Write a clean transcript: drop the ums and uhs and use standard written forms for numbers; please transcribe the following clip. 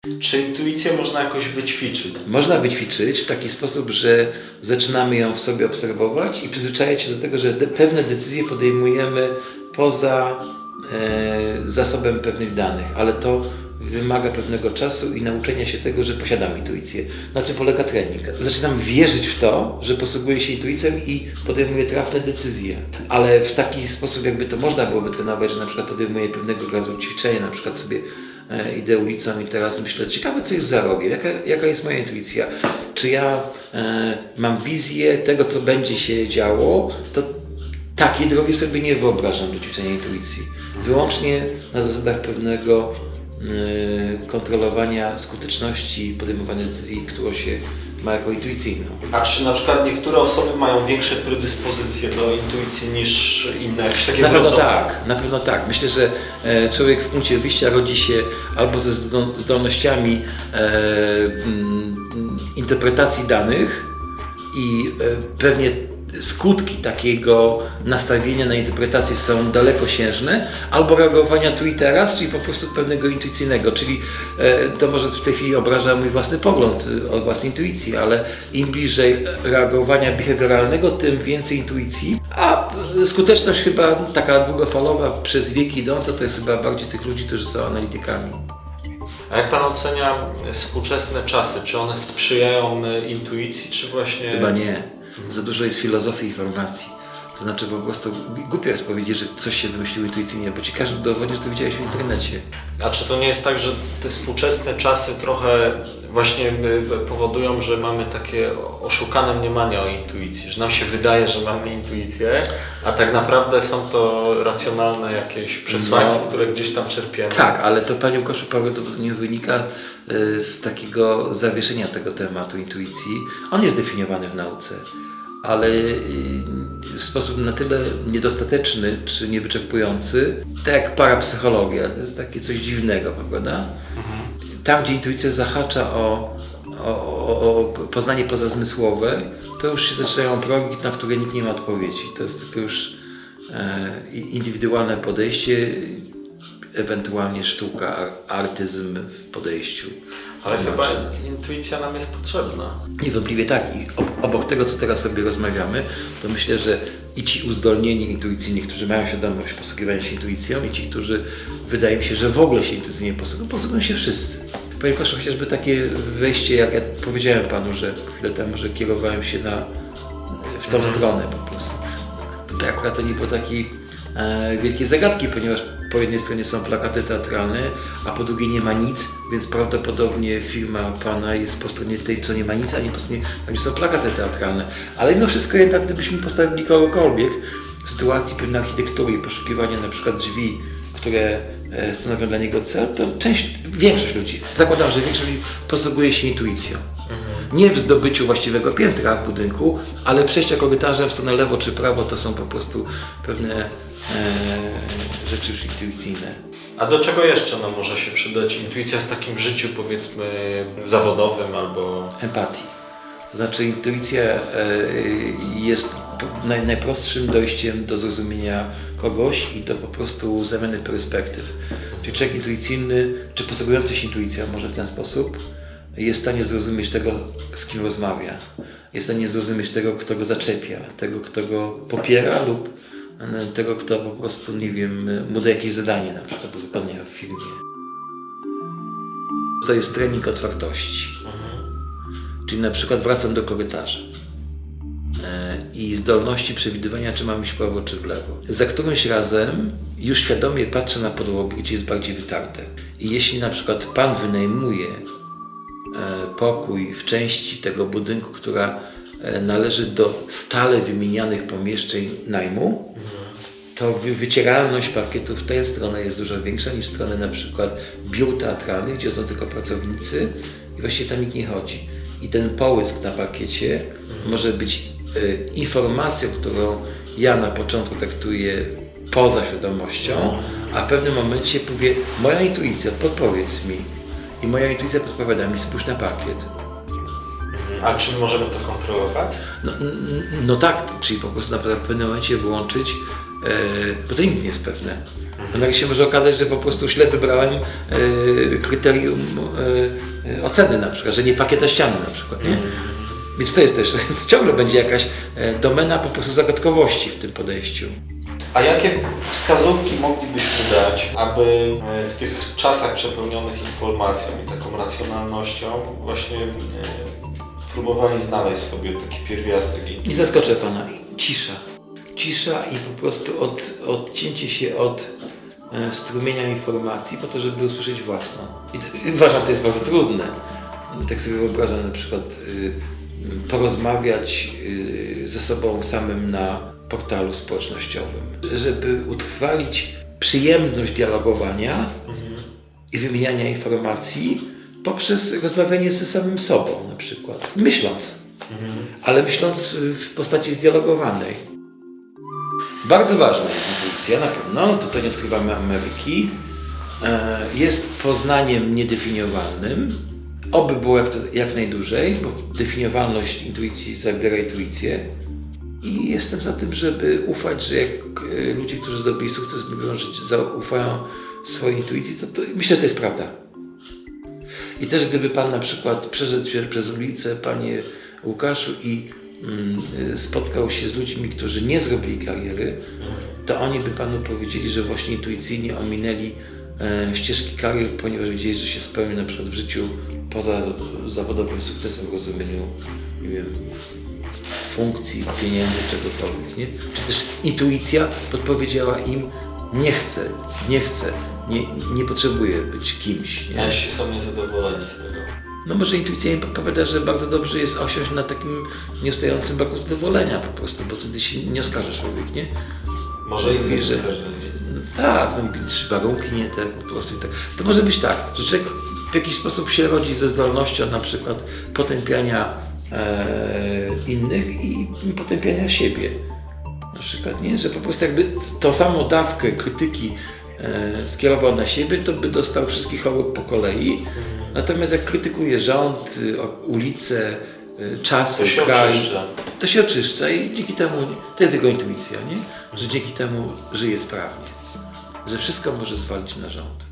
Czy intuicję można jakoś wyćwiczyć? Można wyćwiczyć w taki sposób, że zaczynamy ją w sobie obserwować i przyzwyczajać się do tego, że pewne decyzje podejmujemy poza zasobem pewnych danych, ale to wymaga pewnego czasu i nauczenia się tego, że posiadam intuicję. Na czym polega trening? Zaczynam wierzyć w to, że posługuję się intuicją i podejmuję trafne decyzje. Ale w taki sposób, jakby to można było wytrenować, że na przykład podejmuję pewnego rodzaju ćwiczenie, na przykład sobie idę ulicą i teraz myślę, ciekawe co jest za rogiem, jaka jest moja intuicja. Czy ja mam wizję tego, co będzie się działo, to takiej drogi sobie nie wyobrażam do ćwiczenia intuicji. Wyłącznie na zasadach pewnego kontrolowania skuteczności podejmowania decyzji, którą się ma jako intuicyjną. A czy na przykład niektóre osoby mają większe predyspozycje do intuicji niż inne? Na pewno tak. Myślę, że człowiek w punkcie wyjścia rodzi się albo ze zdolnościami interpretacji danych i pewnie skutki takiego nastawienia na interpretację są dalekosiężne, albo reagowania tu i teraz, czyli po prostu pewnego intuicyjnego, czyli to może w tej chwili obraża mój własny pogląd o własnej intuicji, ale im bliżej reagowania behawioralnego, tym więcej intuicji, a skuteczność chyba taka długofalowa, przez wieki idąca, to jest chyba bardziej tych ludzi, którzy są analitykami. A jak Pan ocenia współczesne czasy? Czy one sprzyjają intuicji, czy właśnie... Chyba nie. Za dużo jest filozofii informacji. To znaczy po prostu głupio jest powiedzieć, że coś się wymyśliło intuicyjnie, bo ci każdy dowodzi, że to widziałeś w internecie. A czy to nie jest tak, że te współczesne czasy trochę właśnie powodują, że mamy takie oszukane mniemanie o intuicji, że nam się wydaje, że mamy intuicję, a tak naprawdę są to racjonalne jakieś przesłanki, które gdzieś tam czerpiemy? Tak, ale to Panie Łukaszu Paweł, to nie wynika z takiego zawieszenia tego tematu intuicji. On jest definiowany w nauce, ale w sposób na tyle niedostateczny czy niewyczerpujący, tak jak parapsychologia, to jest takie coś dziwnego, prawda? Tam, gdzie intuicja zahacza o poznanie pozazmysłowe, to już się zaczynają progi, na które nikt nie ma odpowiedzi. To jest tylko już indywidualne podejście, ewentualnie sztuka, artyzm w podejściu. Ale chyba intuicja nam jest potrzebna. Niewątpliwie tak. I obok tego, co teraz sobie rozmawiamy, to myślę, że i ci uzdolnieni intuicyjni, którzy mają świadomość posługiwania się intuicją, i ci, którzy wydaje mi się, że w ogóle się intuicyjnie posługują się wszyscy. Panie proszę, chociażby takie wejście, jak ja powiedziałem Panu, że chwilę temu, że kierowałem się w tą stronę po prostu. To akurat to nie było takiej wielkiej zagadki, ponieważ po jednej stronie są plakaty teatralne, a po drugiej nie ma nic, więc prawdopodobnie firma Pana jest po stronie tej, co nie ma nic, a nie po stronie, tam gdzie są plakaty teatralne. Ale mimo wszystko jednak, gdybyśmy postawili kogokolwiek w sytuacji pewnej architektury i poszukiwania na przykład drzwi, które stanowią dla niego cel, to większość ludzi, zakładam, że większość ludzi posługuje się intuicją. Nie w zdobyciu właściwego piętra w budynku, ale przejścia korytarzem w stronę lewo czy prawo to są po prostu pewne rzeczy już intuicyjne. A do czego jeszcze może się przydać intuicja w takim życiu, powiedzmy, zawodowym albo... Empatii. To znaczy intuicja jest najprostszym dojściem do zrozumienia kogoś i do po prostu zamiany perspektyw. Czyli człowiek intuicyjny, czy posługujący się intuicją może w ten sposób, jest w stanie zrozumieć tego, z kim rozmawia. Jest w stanie zrozumieć tego, kto go zaczepia, tego, kto go popiera lub tego, kto po prostu, nie wiem, mu da jakieś zadanie na przykład do wykonania w firmie. To jest trening otwartości. Czyli na przykład wracam do korytarza i zdolności przewidywania, czy mam iść w prawo, czy w lewo. Za którymś razem już świadomie patrzę na podłogę, gdzie jest bardziej wytarte. I jeśli na przykład Pan wynajmuje pokój w części tego budynku, która należy do stale wymienianych pomieszczeń najmu, to wycieralność parkietu w tę stronę jest dużo większa niż w stronę na przykład biur teatralnych, gdzie są tylko pracownicy i właściwie tam nikt nie chodzi. I ten połysk na parkiecie może być informacją, którą ja na początku traktuję poza świadomością, a w pewnym momencie mówię, moja intuicja, podpowiedz mi. I moja intuicja podpowiada mi, spójrz na parkiet. A czy możemy to kontrolować? No tak, czyli po prostu na pewnym momencie wyłączyć, bo to nigdy nie jest pewne. Nagle się może okazać, że po prostu źle wybrałem kryterium oceny na przykład, że nie pakieta ściany na przykład, nie? Więc to jest też, więc ciągle będzie jakaś domena po prostu zagadkowości w tym podejściu. A jakie wskazówki moglibyśmy dać, aby w tych czasach przepełnionych informacją i taką racjonalnością właśnie próbowali znaleźć sobie taki pierwiastek? I zaskoczę Pana, cisza. Cisza i po prostu odcięcie się od strumienia informacji po to, żeby usłyszeć własną. I uważam, że to jest bardzo trudne. Tak sobie wyobrażam na przykład porozmawiać ze sobą samym na portalu społecznościowym. Żeby utrwalić przyjemność dialogowania i wymieniania informacji poprzez rozmawianie ze samym sobą na przykład. Myśląc, ale myśląc w postaci zdialogowanej. Bardzo ważna jest intuicja, na pewno, tutaj nie odkrywamy Ameryki. Jest poznaniem niedefiniowalnym. Oby było jak najdłużej, bo definiowalność intuicji zabiera intuicję. I jestem za tym, żeby ufać, że jak ludzie, którzy zdobyli sukces, mówią, że zaufają swojej intuicji, to myślę, że to jest prawda. I też gdyby Pan na przykład przeszedł się przez ulicę, Panie Łukaszu, i spotkał się z ludźmi, którzy nie zrobili kariery, to oni by Panu powiedzieli, że właśnie intuicyjnie ominęli ścieżki karier, ponieważ wiedzieli, że się spełnią na przykład w życiu poza zawodowym sukcesem w rozumieniu, nie wiem, funkcji, pieniędzy, czegokolwiek, nie? Czy też intuicja podpowiedziała im, nie potrzebuję być kimś. Nie? A jeśli są niezadowoleni z tego? No może intuicja im podpowiada, że bardzo dobrze jest osiąść na takim nieustającym braku zadowolenia po prostu, bo wtedy się nie oskarża człowiek, nie? Może i że tak, czy warunki nie te po prostu i tak. To może być tak, że człowiek w jakiś sposób się rodzi ze zdolnością na przykład potępiania innych i potępiania siebie. Na przykład, nie? Że po prostu jakby tą samą dawkę krytyki skierował na siebie, to by dostał wszystkich chorób po kolei. Natomiast jak krytykuje rząd, ulice, czasy, kraj, to się oczyszcza i dzięki temu, to jest jego intuicja, nie? Że dzięki temu żyje sprawnie. Że wszystko może zwalić na rząd.